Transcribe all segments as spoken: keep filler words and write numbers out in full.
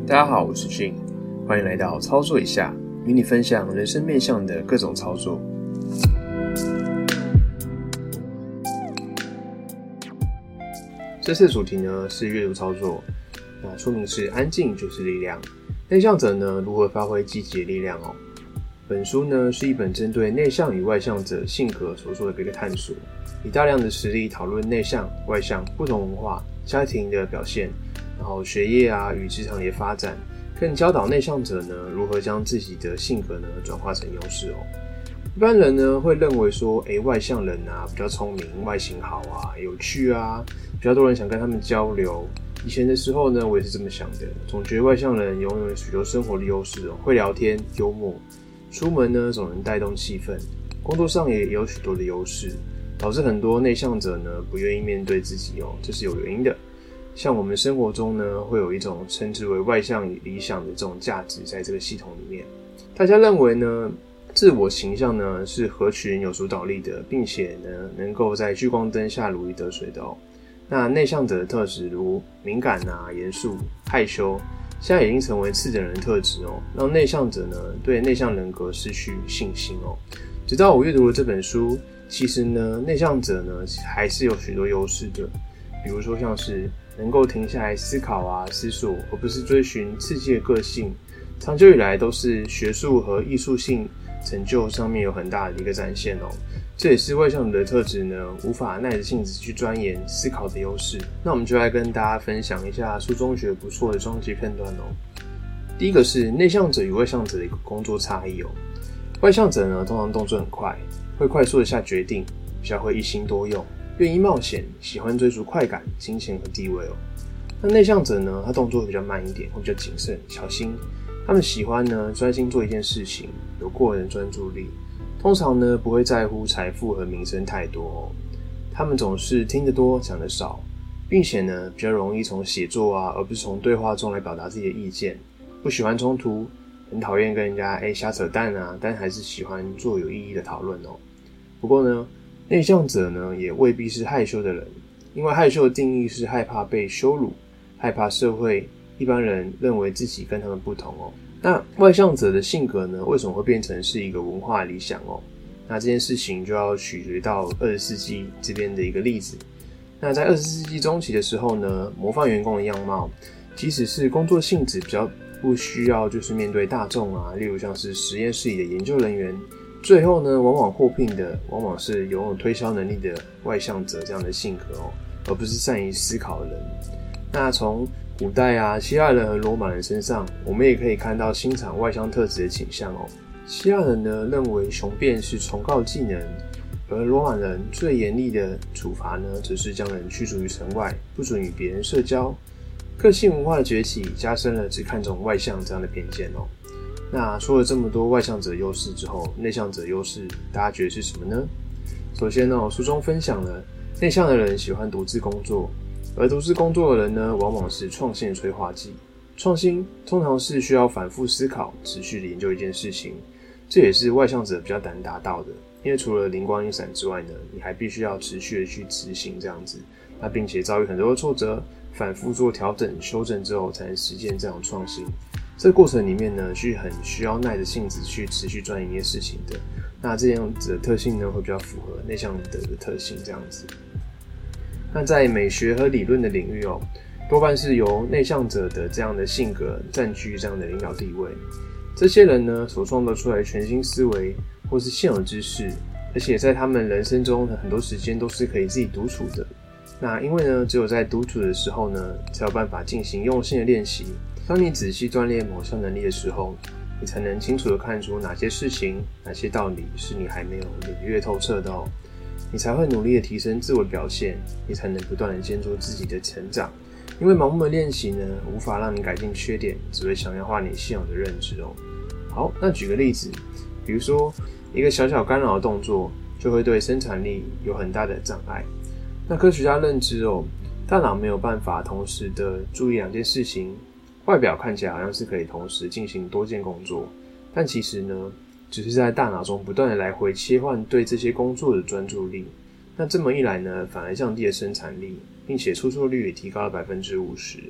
大家好，我是俊，欢迎来到操作一下，与你分享人生面向的各种操作。这次的主题呢是阅读操作，那书名是安静就是力量。内向者呢如何发挥积极的力量哦？本书呢是一本针对内向与外向者性格所做的一个探索，以大量的实例讨论内向、外向不同文化、家庭的表现，然后学业啊与职场的发展，更教导内向者呢如何将自己的性格呢转化成优势哦。一般人呢会认为说，诶，外向人啊比较聪明，外形好啊，有趣啊，比较多人想跟他们交流。以前的时候呢，我也是这么想的，总觉得外向人拥有许多生活的优势哦，会聊天、幽默，出门呢总能带动气氛，工作上也有许多的优势，导致很多内向者呢不愿意面对自己哦，这是有原因的。像我们生活中呢，会有一种称之为外向与理想的这种价值在这个系统里面。大家认为呢，自我形象呢是合群有主导力的，并且呢能够在聚光灯下如鱼得水的哦。那内向者的特质如敏感啊、严肃、害羞，现在已经成为次等人的特质哦，让内向者呢对内向人格失去信心哦。直到我阅读了这本书，其实呢内向者呢还是有许多优势的，比如说像是能够停下来思考啊、思索，而不是追寻刺激的个性，长久以来都是学术和艺术性成就上面有很大的一个展现哦。这也是外向者的特质呢，无法耐着性子去钻研思考的优势。那我们就来跟大家分享一下书中觉得不错的章节片段哦。第一个是内向者与外向者的一个工作差异哦。外向者呢，通常动作很快，会快速的下决定，比较会一心多用，愿意冒险，喜欢追逐快感、金钱和地位哦。那内向者呢，他动作会比较慢一点，会比较谨慎、小心。他们喜欢呢专心做一件事情，有过人专注力。通常呢不会在乎财富和名声太多哦。他们总是听得多，讲得少，并且呢比较容易从写作啊，而不是从对话中来表达自己的意见。不喜欢冲突，很讨厌跟人家诶瞎扯淡啊，但还是喜欢做有意义的讨论哦。不过呢，内向者呢也未必是害羞的人，因为害羞的定义是害怕被羞辱，害怕社会一般人认为自己跟他们不同哦。那外向者的性格呢，为什么会变成是一个文化理想哦？那这件事情就要取决到二十世纪这边的一个例子。那在二十世纪中期的时候呢，模范员工的样貌，即使是工作性质比较不需要就是面对大众啊，例如像是实验室里的研究人员，最后呢往往获聘的往往是拥有推销能力的外向者这样的性格哦，而不是善于思考的人。那从古代啊，希腊人和罗马人身上，我们也可以看到欣赏外向特质的倾向哦。希腊人呢认为雄辩是崇高技能，而罗马人最严厉的处罚呢，则是将人驱逐于城外，不准与别人社交。个性文化的崛起，加深了只看重外向这样的偏见哦。那说了这么多外向者优势之后，内向者优势，大家觉得是什么呢？首先哦，书中分享了内向的人喜欢独自工作。而独自工作的人呢，往往是创新的催化剂。创新通常是需要反复思考、持续的研究一件事情，这也是外向者比较难达到的。因为除了灵光一闪之外呢，你还必须要持续的去执行这样子，那并且遭遇很多的挫折，反复做调整、修正之后，才能实现这样创新。这个过程里面呢，是很需要耐着性子去持续钻研一些事情的。那这样子的特性呢，会比较符合内向者的特性这样子。那在美学和理论的领域哦，多半是由内向者的这样的性格占据这样的领导地位。这些人呢，所创造出来的全新思维或是现有知识，而且在他们人生中的很多时间都是可以自己独处的。那因为呢，只有在独处的时候呢，才有办法进行用心的练习。当你仔细锻炼某项能力的时候，你才能清楚地看出哪些事情、哪些道理是你还没有领略透彻的哦。你才会努力的提升自我表现，你才能不断的监督自己的成长。因为盲目的练习呢，无法让你改进缺点，只会强化你现有的认知哦。好，那举个例子，比如说一个小小干扰的动作，就会对生产力有很大的障碍。那科学家认知哦，大脑没有办法同时的注意两件事情，外表看起来好像是可以同时进行多件工作，但其实呢，只是在大脑中不断的来回切换对这些工作的专注力。那这么一来呢，反而降低了生产力，并且出错率也提高了 百分之五十。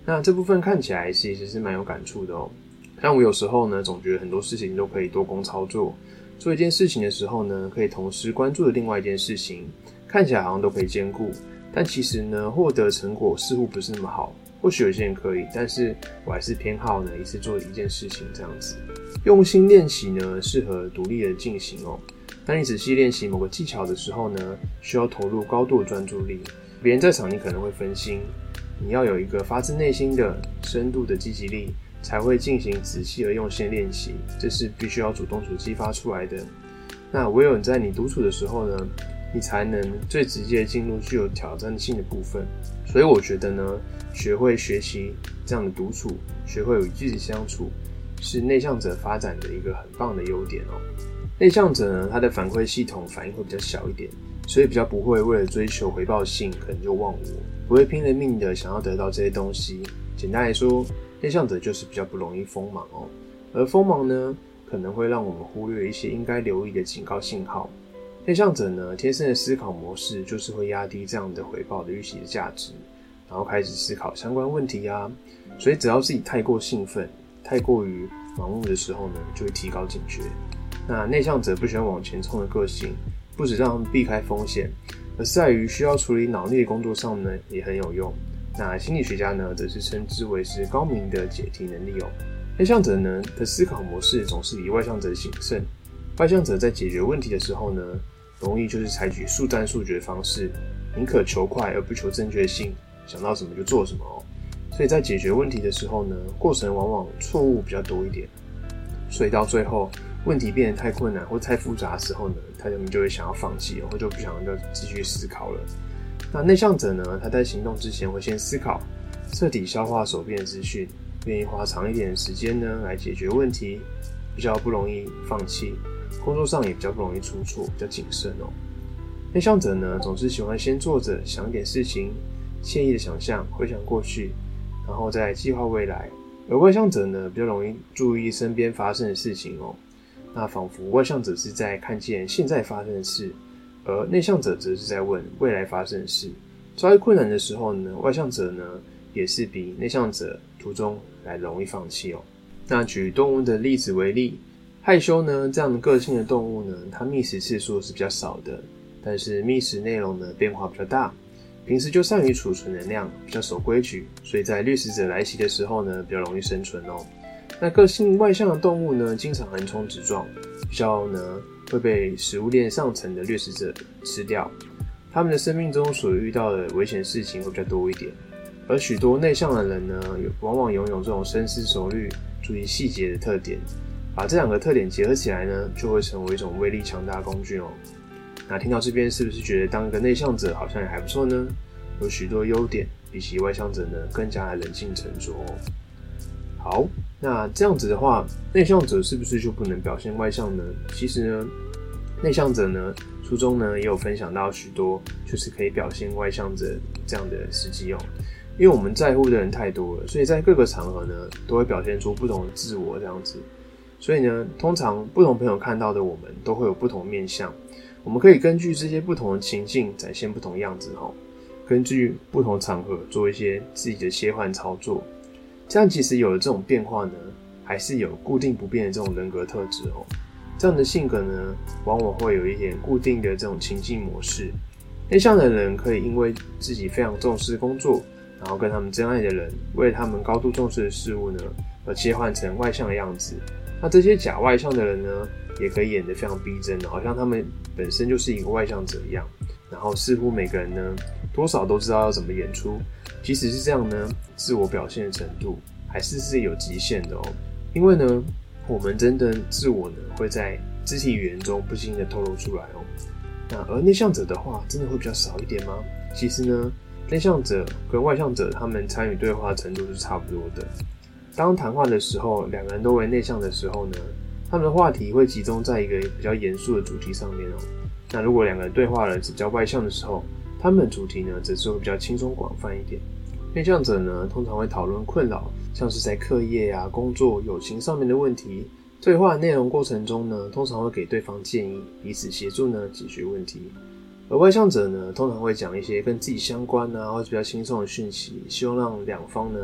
那这部分看起来其实是蛮有感触的哦。像我有时候呢，总觉得很多事情都可以多工操作，做一件事情的时候呢，可以同时关注的另外一件事情，看起来好像都可以兼顾，但其实呢，获得成果似乎不是那么好。或许有些人可以，但是我还是偏好呢一次做一件事情这样子。用心练习呢，适合独立的进行哦。当你仔细练习某个技巧的时候呢，需要投入高度的专注力。别人在场，你可能会分心，你要有一个发自内心的、深度的积极力，才会进行仔细而用心练习。这是必须要主动所激发出来的。那唯有你在你独处的时候呢，你才能最直接进入具有挑战性的部分。所以我觉得呢，学会学习这样的独处，学会与自己相处，是内向者发展的一个很棒的优点哦。内向者呢，他的反馈系统反应会比较小一点，所以比较不会为了追求回报性可能就忘我，不会拼了命的想要得到这些东西。简单来说，内向者就是比较不容易锋芒哦。而锋芒呢，可能会让我们忽略一些应该留意的警告信号。内向者呢，天生的思考模式就是会压低这样的回报的预期的价值，然后开始思考相关问题啊。所以只要自己太过兴奋、太过于盲目的时候呢，就会提高警觉。那内向者不喜欢往前冲的个性，不只让他们避开风险，而是在于需要处理脑力的工作上呢，也很有用。那心理学家呢，则是称之为是高明的解题能力哦。内向者呢的思考模式总是比外向者谨慎。外向者在解决问题的时候呢，容易就是采取速战速决的方式，宁可求快而不求正确性，想到什么就做什么哦。所以在解决问题的时候呢，过程往往错误比较多一点。所以到最后，问题变得太困难或太复杂的时候呢，他们就会想要放弃，或就不想要继续思考了。那内向者呢，他在行动之前会先思考，彻底消化手边的资讯，愿意花长一点的时间呢来解决问题，比较不容易放弃，工作上也比较不容易出错，比较谨慎哦。内向者呢，总是喜欢先坐着想一点事情，惬意的想象，回想过去，然后再计划未来。而外向者呢，比较容易注意身边发生的事情哦。那仿佛外向者是在看见现在发生的事，而内向者则是在问未来发生的事。遭遇困难的时候呢，外向者呢也是比内向者途中来容易放弃哦。那举动物的例子为例，害羞呢这样的个性的动物呢，它觅食次数是比较少的，但是觅食内容呢变化比较大。平时就善于储存能量，比较守规矩，所以在掠食者来袭的时候呢，比较容易生存哦。那个性外向的动物呢，经常横冲直撞，比较呢会被食物链上层的掠食者吃掉。他们的生命中所遇到的危险事情会比较多一点。而许多内向的人呢，往往拥有这种深思熟虑、注意细节的特点。把这两个特点结合起来呢，就会成为一种威力强大的工具哦。那听到这边是不是觉得当一个内向者好像也还不错呢？有许多优点，比起外向者呢更加的冷静沉着哦。好，那这样子的话，内向者是不是就不能表现外向呢？其实呢，内向者呢书中呢也有分享到许多就是可以表现外向者这样的时机哦。因为我们在乎的人太多了，所以在各个场合呢都会表现出不同的自我这样子。所以呢，通常不同朋友看到的我们都会有不同面向。我们可以根据这些不同的情境展现不同样子齁，根据不同场合做一些自己的切换操作。这样其实有了这种变化呢，还是有固定不变的这种人格特质齁。这样的性格呢，往往会有一点固定的这种情境模式。内向的人可以因为自己非常重视工作，然后跟他们真爱的人，为了他们高度重视的事物呢，而切换成外向的样子。那这些假外向的人呢，也可以演得非常逼真，好像他们本身就是一个外向者一样。然后似乎每个人呢，多少都知道要怎么演出。即使是这样呢，自我表现的程度还是是有极限的哦。因为呢，我们真的自我呢，会在肢体语言中不经意的透露出来哦。那而内向者的话，真的会比较少一点吗？其实呢，内向者跟外向者他们参与对话的程度是差不多的。当谈话的时候，两个人都为内向的时候呢，他们的话题会集中在一个比较严肃的主题上面哦。那如果两个人对话人是比较外向的时候，他们的主题呢，则是会比较轻松广泛一点。内向者呢，通常会讨论困扰，像是在课业啊、工作、友情上面的问题。对话的内容过程中呢，通常会给对方建议，彼此协助呢解决问题。而外向者呢，通常会讲一些跟自己相关啊，或者比较轻松的讯息，希望让两方呢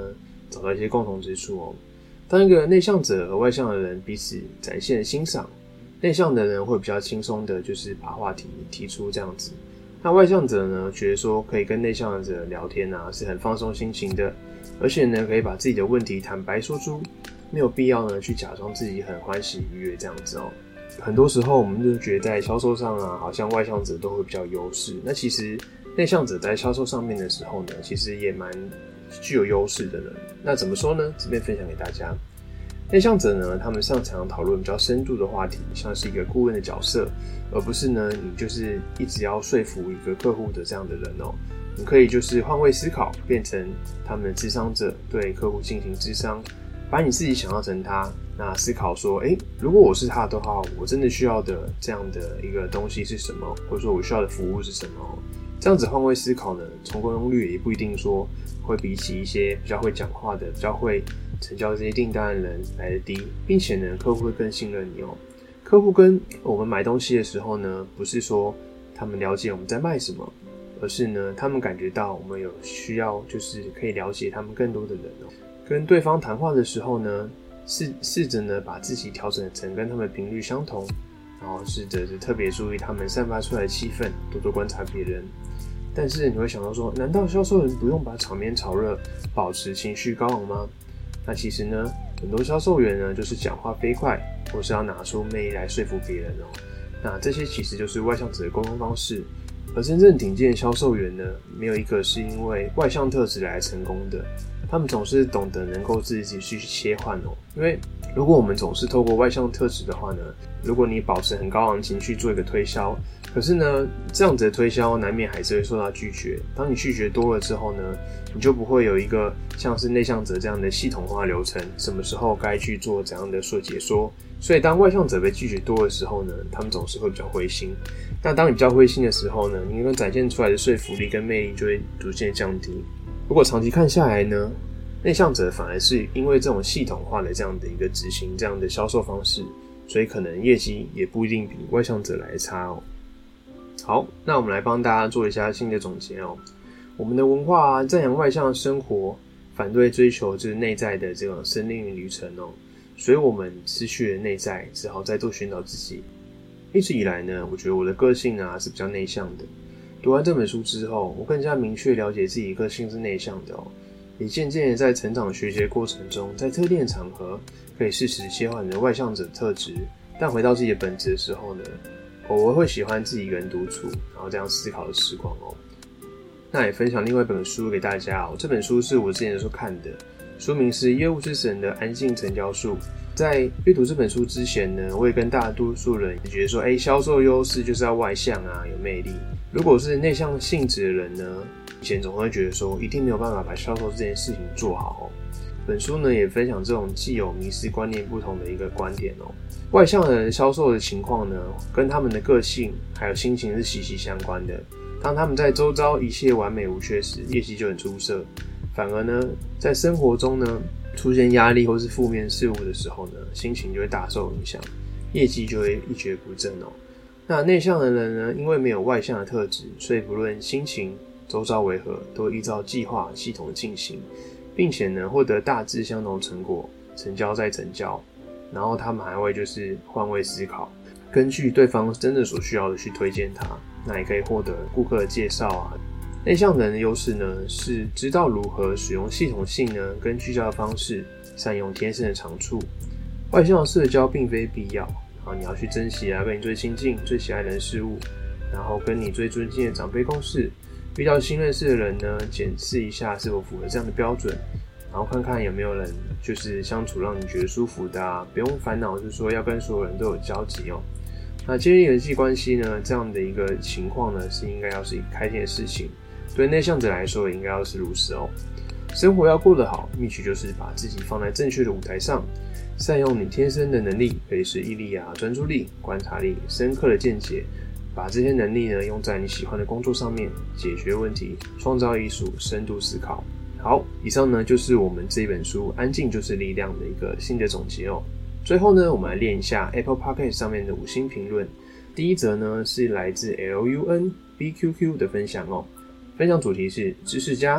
找到一些共同之处哦。当一个内向者和外向的人彼此展现欣赏，内向的人会比较轻松的，就是把话题提出这样子。那外向者呢，觉得说可以跟内向者聊天啊，是很放松心情的，而且呢，可以把自己的问题坦白说出，没有必要呢去假装自己很欢喜愉悦这样子哦。很多时候我们就觉得在销售上啊，好像外向者都会比较优势。那其实内向者在销售上面的时候呢，其实也蛮具有优势的呢。那怎么说呢？这边分享给大家。内向者呢，他们擅长讨论比较深度的话题，像是一个顾问的角色，而不是呢你就是一直要说服一个客户的这样的人哦。你可以就是换位思考，变成他们的咨商者，对客户进行咨商，把你自己想象成他，那思考说，诶，如果我是他的话，我真的需要的这样的一个东西是什么，或者说我需要的服务是什么？这样子换位思考呢，成功率也不一定说会比起一些比较会讲话的、比较会成交这些订单的人来得低，并且呢，客户会更信任你哦。客户跟我们买东西的时候呢，不是说他们了解我们在卖什么，而是呢，他们感觉到我们有需要，就是可以了解他们更多的人哦。跟对方谈话的时候呢，试试着呢把自己调整成跟他们频率相同，然后试着是特别注意他们散发出来的气氛，多多观察别人。但是你会想到说，难道销售人不用把场面炒热，保持情绪高昂吗？那其实呢，很多销售员呢就是讲话飞快，或是要拿出魅力来说服别人哦。那这些其实就是外向者的沟通方式。而真正顶尖的销售员呢，没有一个是因为外向特质来成功的，他们总是懂得能够自己去切换哦。因为如果我们总是透过外向特质的话呢，如果你保持很高昂情绪做一个推销，可是呢，这样子的推销难免还是会受到拒绝。当你拒绝多了之后呢，你就不会有一个像是内向者这样的系统化流程，什么时候该去做怎样的说解说。所以当外向者被拒绝多的时候呢，他们总是会比较灰心。那当你比较灰心的时候呢，你能够展现出来的说服力跟魅力就会逐渐降低。如果长期看下来呢，内向者反而是因为这种系统化的这样的一个执行这样的销售方式，所以可能业绩也不一定比外向者来差哦。好，那我们来帮大家做一下新的总结哦。我们的文化啊，赞扬外向生活，反对追求就是内在的这种生命旅程哦。所以我们失去了内在，只好再度寻找自己。一直以来呢，我觉得我的个性啊是比较内向的。读完这本书之后，我更加明确了解自己个性是内向的哦。也渐渐的在成长学习的过程中，在特定的场合可以适时切换你的外向者特质，但回到自己的本质的时候呢，偶尔会喜欢自己一个人独处，然后这样思考的时光哦。那也分享另外一本书给大家哦。这本书是我之前的时候看的，书名是《业务之神的安静成交术》。在阅读这本书之前呢，我也跟大多数人也觉得说，哎，销售优势就是要外向啊，有魅力。如果是内向性质的人呢，以前总会觉得说，一定没有办法把销售这件事情做好哦。本书呢也分享这种既有迷思观念不同的一个观点哦。外向的人销售的情况呢，跟他们的个性还有心情是息息相关的。当他们在周遭一切完美无缺时，业绩就很出色。反而呢，在生活中呢，出现压力或是负面事物的时候呢，心情就会大受影响，业绩就会一蹶不振哦。那内向的人呢，因为没有外向的特质，所以不论心情周遭为何，都会依照计划系统进行，并且呢，获得大致相同成果，成交再成交。然后他们还会就是换位思考，根据对方真正所需要的去推荐他，那也可以获得顾客的介绍啊。内向人的优势呢，是知道如何使用系统性呢跟聚焦的方式，善用天生的长处。外向的社交并非必要，然后你要去珍惜啊跟你最亲近、最喜爱的人事物，然后跟你最尊敬的长辈共事。遇到新认识的人呢，检视一下是否符合这样的标准，然后看看有没有人就是相处让你觉得舒服的啊，不用烦恼就是说要跟所有人都有交集哦。那建立人际关系呢，这样的一个情况呢，是应该要是一个开心的事情。对内向者来说，也应该要是如此哦。生活要过得好，秘诀就是把自己放在正确的舞台上，善用你天生的能力，可以是毅力啊、专注力、观察力、深刻的见解，把这些能力呢用在你喜欢的工作上面，解决问题，创造艺术，深度思考。好，以上呢就是我们这一本书《安静就是力量》的一个新的总结哦。最后呢，我们来练一下 Apple Podcast 上面的五星评论。第一则呢是来自 L U N B Q Q 的分享哦。分享主题是知识家，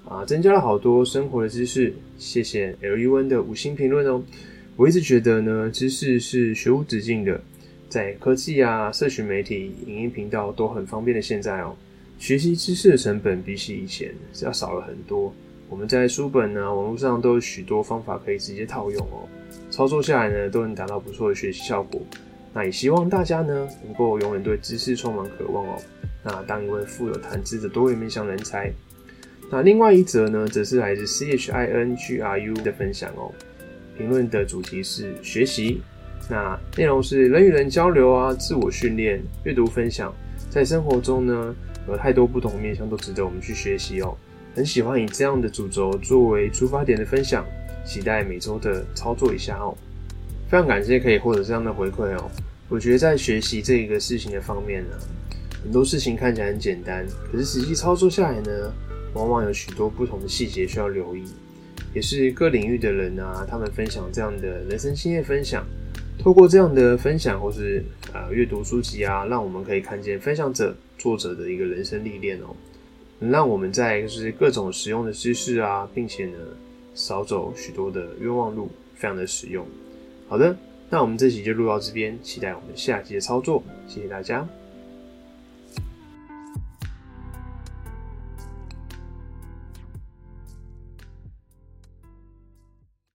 啊，增加了好多生活的知识。谢谢 L U N 的五星评论哦。我一直觉得呢，知识是学无止境的，在科技啊、社群媒体、影音频道都很方便的现在哦，学习知识的成本比起以前是要少了很多。我们在书本啊、网络上都有许多方法可以直接套用哦，操作下来呢，都能达到不错的学习效果。那也希望大家呢，能够永远对知识充满渴望哦。那当一位富有谈资的多元面向人才。那另外一则呢，则是来自 C H I N G R U 的分享哦。评论的主题是学习，那内容是人与人交流啊、自我训练、阅读分享，在生活中呢，有太多不同的面向都值得我们去学习哦。很喜欢以这样的主轴作为出发点的分享，期待每周的操作一下哦。非常感谢可以获得这样的回馈哦。我觉得在学习这个事情的方面呢，很多事情看起来很简单，可是实际操作下来呢，往往有许多不同的细节需要留意。也是各领域的人啊，他们分享这样的人生经验分享，透过这样的分享或是呃阅读书籍啊，让我们可以看见分享者作者的一个人生历练哦，能让我们在就是各种实用的知识啊，并且呢少走许多的冤枉路，非常的实用。好的，那我们这集就录到这边，期待我们下集的操作，谢谢大家。